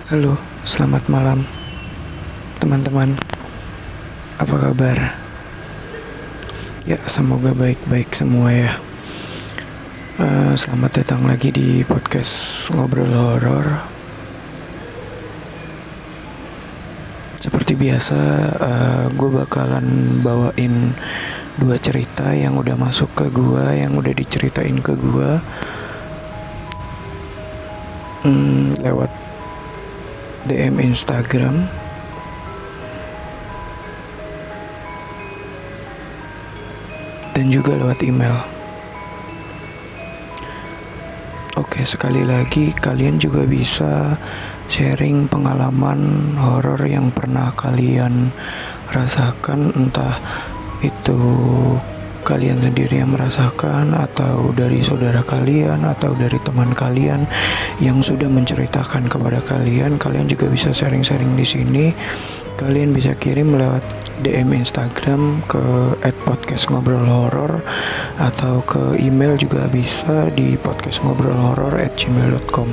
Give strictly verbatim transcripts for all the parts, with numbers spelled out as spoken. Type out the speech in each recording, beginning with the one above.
Halo, selamat malam teman-teman. Apa kabar? Ya, semoga baik-baik semua ya. Uh, selamat datang lagi di podcast Ngobrol Horor. Seperti biasa, uh, gue bakalan bawain dua cerita yang udah masuk ke gue, yang udah diceritain ke gue hmm, lewat D M Instagram. Dan juga lewat email. Oke, sekali lagi kalian juga bisa sharing pengalaman horor yang pernah kalian rasakan, entah itu kalian sendiri yang merasakan, atau dari saudara kalian, atau dari teman kalian yang sudah menceritakan kepada kalian. Kalian juga bisa sharing-sharing di sini. Kalian bisa kirim lewat D M Instagram ke et podcast ngobrol horor, atau ke email juga bisa di podcast ngobrol horor at gmail dot com.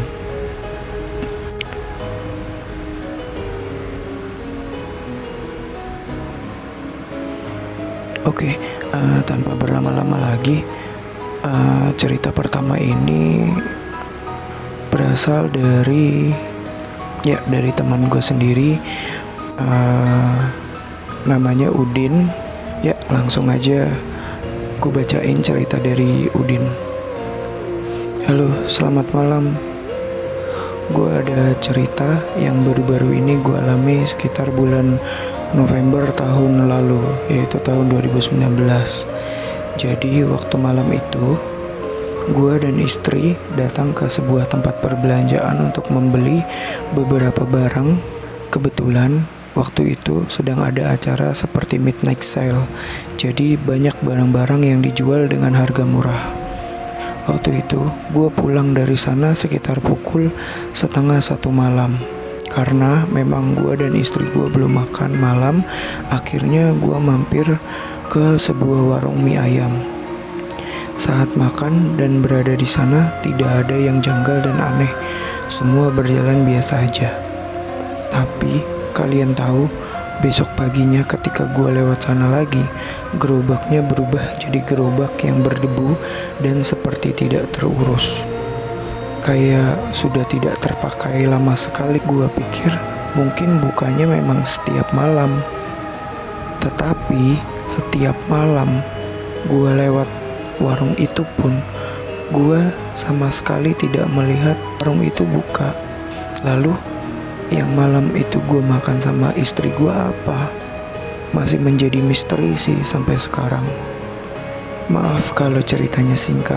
Oke, okay, uh, tanpa berlama-lama lagi, uh, cerita pertama ini berasal dari ya dari teman gue sendiri. Uh, namanya Udin. Ya, langsung aja gue bacain cerita dari Udin. Halo, selamat malam. Gue ada cerita yang baru-baru ini gue alami sekitar bulan November tahun lalu, yaitu tahun dua ribu sembilan belas. Jadi waktu malam itu gue dan istri datang ke sebuah tempat perbelanjaan untuk membeli beberapa barang. Kebetulan waktu itu sedang ada acara seperti midnight sale, jadi banyak barang-barang yang dijual dengan harga murah. Waktu itu gue pulang dari sana sekitar pukul setengah satu malam. Karena memang gue dan istri gue belum makan malam, akhirnya gue mampir ke sebuah warung mie ayam. Saat makan dan berada di sana, tidak ada yang janggal dan aneh. Semua berjalan biasa aja. Tapi kalian tahu, besok paginya ketika gue lewat sana lagi, gerobaknya berubah jadi gerobak yang berdebu dan seperti tidak terurus. Kayak sudah tidak terpakai lama sekali. Gue pikir mungkin bukanya memang setiap malam. Tetapi setiap malam gue lewat warung itu pun, gue sama sekali tidak melihat warung itu buka. Lalu yang malam itu gue makan sama istri gue apa? Masih menjadi misteri sih sampai sekarang. Maaf kalau ceritanya singkat.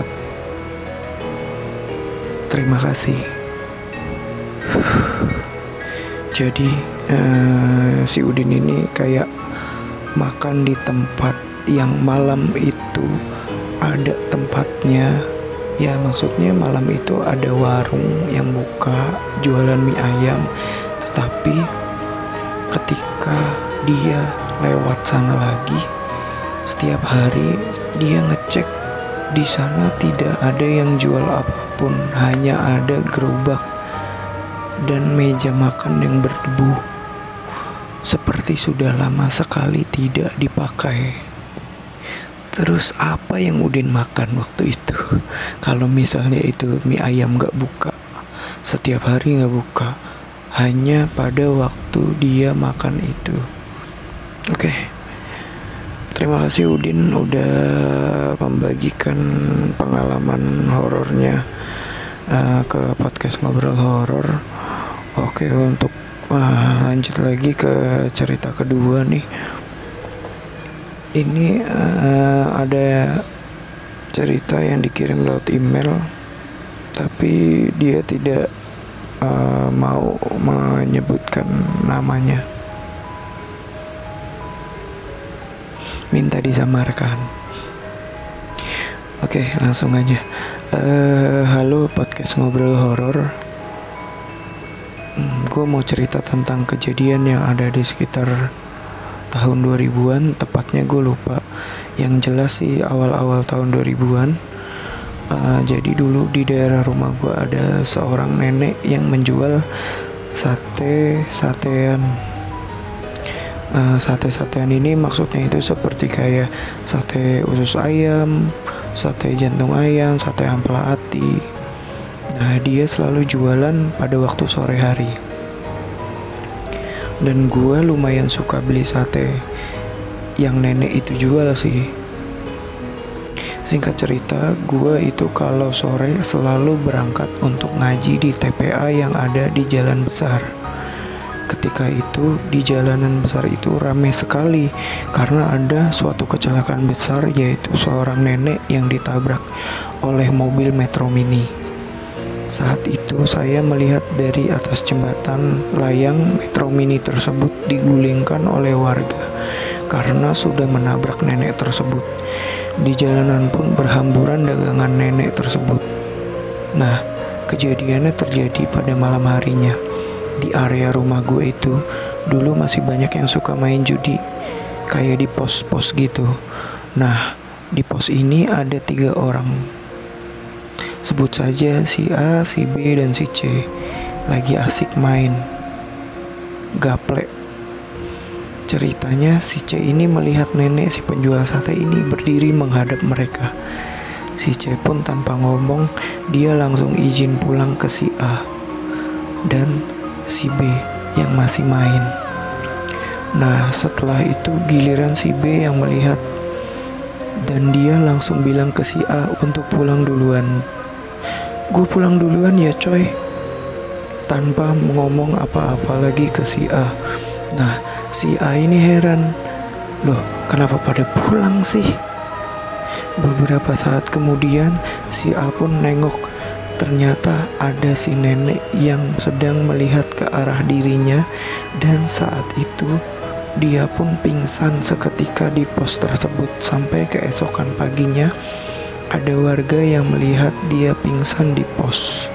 Terima kasih. Jadi uh, si Udin ini kayak makan di tempat yang malam itu ada tempatnya. Ya, maksudnya malam itu ada warung yang buka jualan mie ayam. Tetapi ketika dia lewat sana lagi, setiap hari dia ngecek, di sana tidak ada yang jual apapun, hanya ada gerobak dan meja makan yang berdebu, seperti sudah lama sekali tidak dipakai. Terus apa yang Udin makan waktu itu? Kalau misalnya itu mie ayam gak buka, setiap hari gak buka, hanya pada waktu dia makan itu. Oke, terima kasih Udin udah membagikan pengalaman horornya uh, ke podcast Ngobrol Horor. Oke, untuk uh, lanjut lagi ke cerita kedua nih. Ini uh, ada cerita yang dikirim lewat email, tapi dia tidak uh, mau menyebutkan namanya. Minta disamarkan. Oke, langsung aja. Uh, halo podcast Ngobrol Horor. Hmm, gue mau cerita tentang kejadian yang ada di sekitar tahun dua ribuan, tepatnya gue lupa. Yang jelas sih awal-awal tahun dua ribuan. uh, Jadi dulu di daerah rumah gue ada seorang nenek yang menjual sate satean. Uh, sate-satean ini maksudnya itu seperti kayak sate usus ayam, sate jantung ayam, sate ampela ati. Nah, dia selalu jualan pada waktu sore hari. Dan gue lumayan suka beli sate yang nenek itu jual sih. Singkat cerita, gue itu kalau sore selalu berangkat untuk ngaji di T P A yang ada di Jalan Besar. Ketika itu di jalanan besar itu ramai sekali karena ada suatu kecelakaan besar, yaitu seorang nenek yang ditabrak oleh mobil Metro Mini. Saat itu saya melihat dari atas jembatan layang Metro Mini tersebut digulingkan oleh warga karena sudah menabrak nenek tersebut. Di jalanan pun berhamburan dagangan nenek tersebut. Nah, kejadiannya terjadi pada malam harinya. Di area rumah gue itu dulu masih banyak yang suka main judi, kayak di pos-pos gitu. Nah, di pos ini ada tiga orang. Sebut saja si A, si B, dan si C. Lagi asik main gaplek. Ceritanya si C ini melihat nenek si penjual sate ini berdiri menghadap mereka. Si C pun tanpa ngomong, dia langsung izin pulang ke si A dan si B yang masih main. Nah, setelah itu giliran si B yang melihat dan dia langsung bilang ke si A untuk pulang duluan. Gue pulang duluan ya coy, tanpa ngomong apa-apa lagi ke si A. Nah, si A ini heran, loh kenapa pada pulang sih? Beberapa saat kemudian si A pun nengok. Ternyata ada si nenek yang sedang melihat ke arah dirinya, dan saat itu dia pun pingsan seketika di pos tersebut. Sampai keesokan paginya ada warga yang melihat dia pingsan di pos.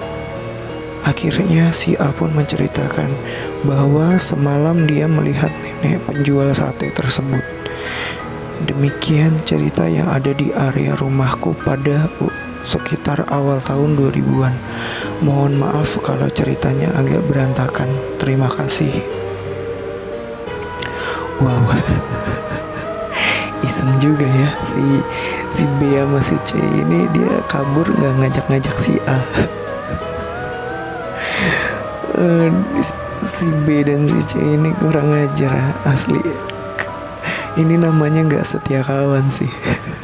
Akhirnya si A pun menceritakan bahwa semalam dia melihat nenek penjual sate tersebut. Demikian cerita yang ada di area rumahku pada sekitar awal tahun dua ribuan. Mohon maaf kalau ceritanya agak berantakan. Terima kasih. Wow. Iseng juga ya si si B sama si C ini, dia kabur nggak ngajak-ngajak si A. uh, si B dan si C ini kurang ajar asli. Ini namanya nggak setia kawan sih.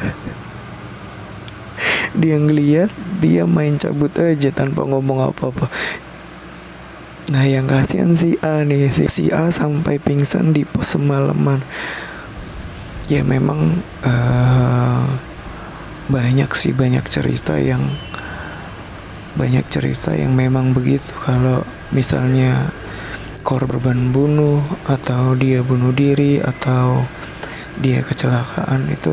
Dia ngeliat, dia main cabut aja tanpa ngomong apa-apa. Nah, yang kasihan si A nih, si, si A sampai pingsan di pos semalaman. Ya memang uh, banyak sih banyak cerita yang banyak cerita yang memang begitu. Kalau misalnya korban bunuh atau dia bunuh diri atau dia kecelakaan, itu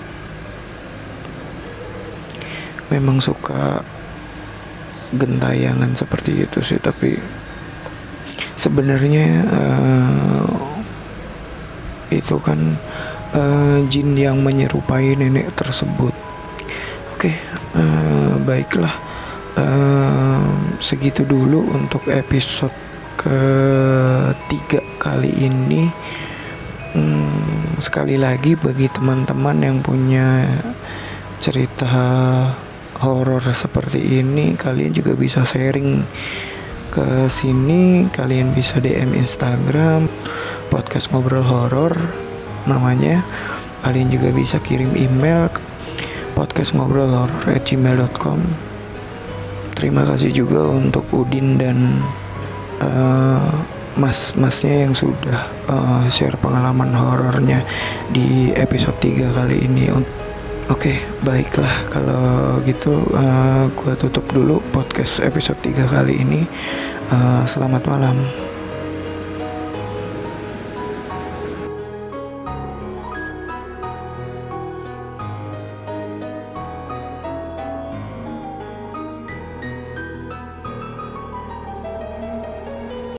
memang suka gentayangan seperti itu sih. Tapi sebenarnya uh, itu kan uh, jin yang menyerupai nenek tersebut. Oke, okay, uh, baiklah, uh, segitu dulu untuk episode ketiga kali ini. Hmm, sekali lagi bagi teman-teman yang punya cerita horor seperti ini, kalian juga bisa sharing ke sini. Kalian bisa D M Instagram podcast ngobrol horor namanya. Kalian juga bisa kirim email ke podcast ngobrol horor at gmail dot com. Terima kasih juga untuk Udin dan uh, mas-masnya yang sudah uh, share pengalaman horornya di episode tiga kali ini. Oke, okay, baiklah kalau gitu uh, gue tutup dulu podcast episode tiga kali ini. Uh, selamat malam.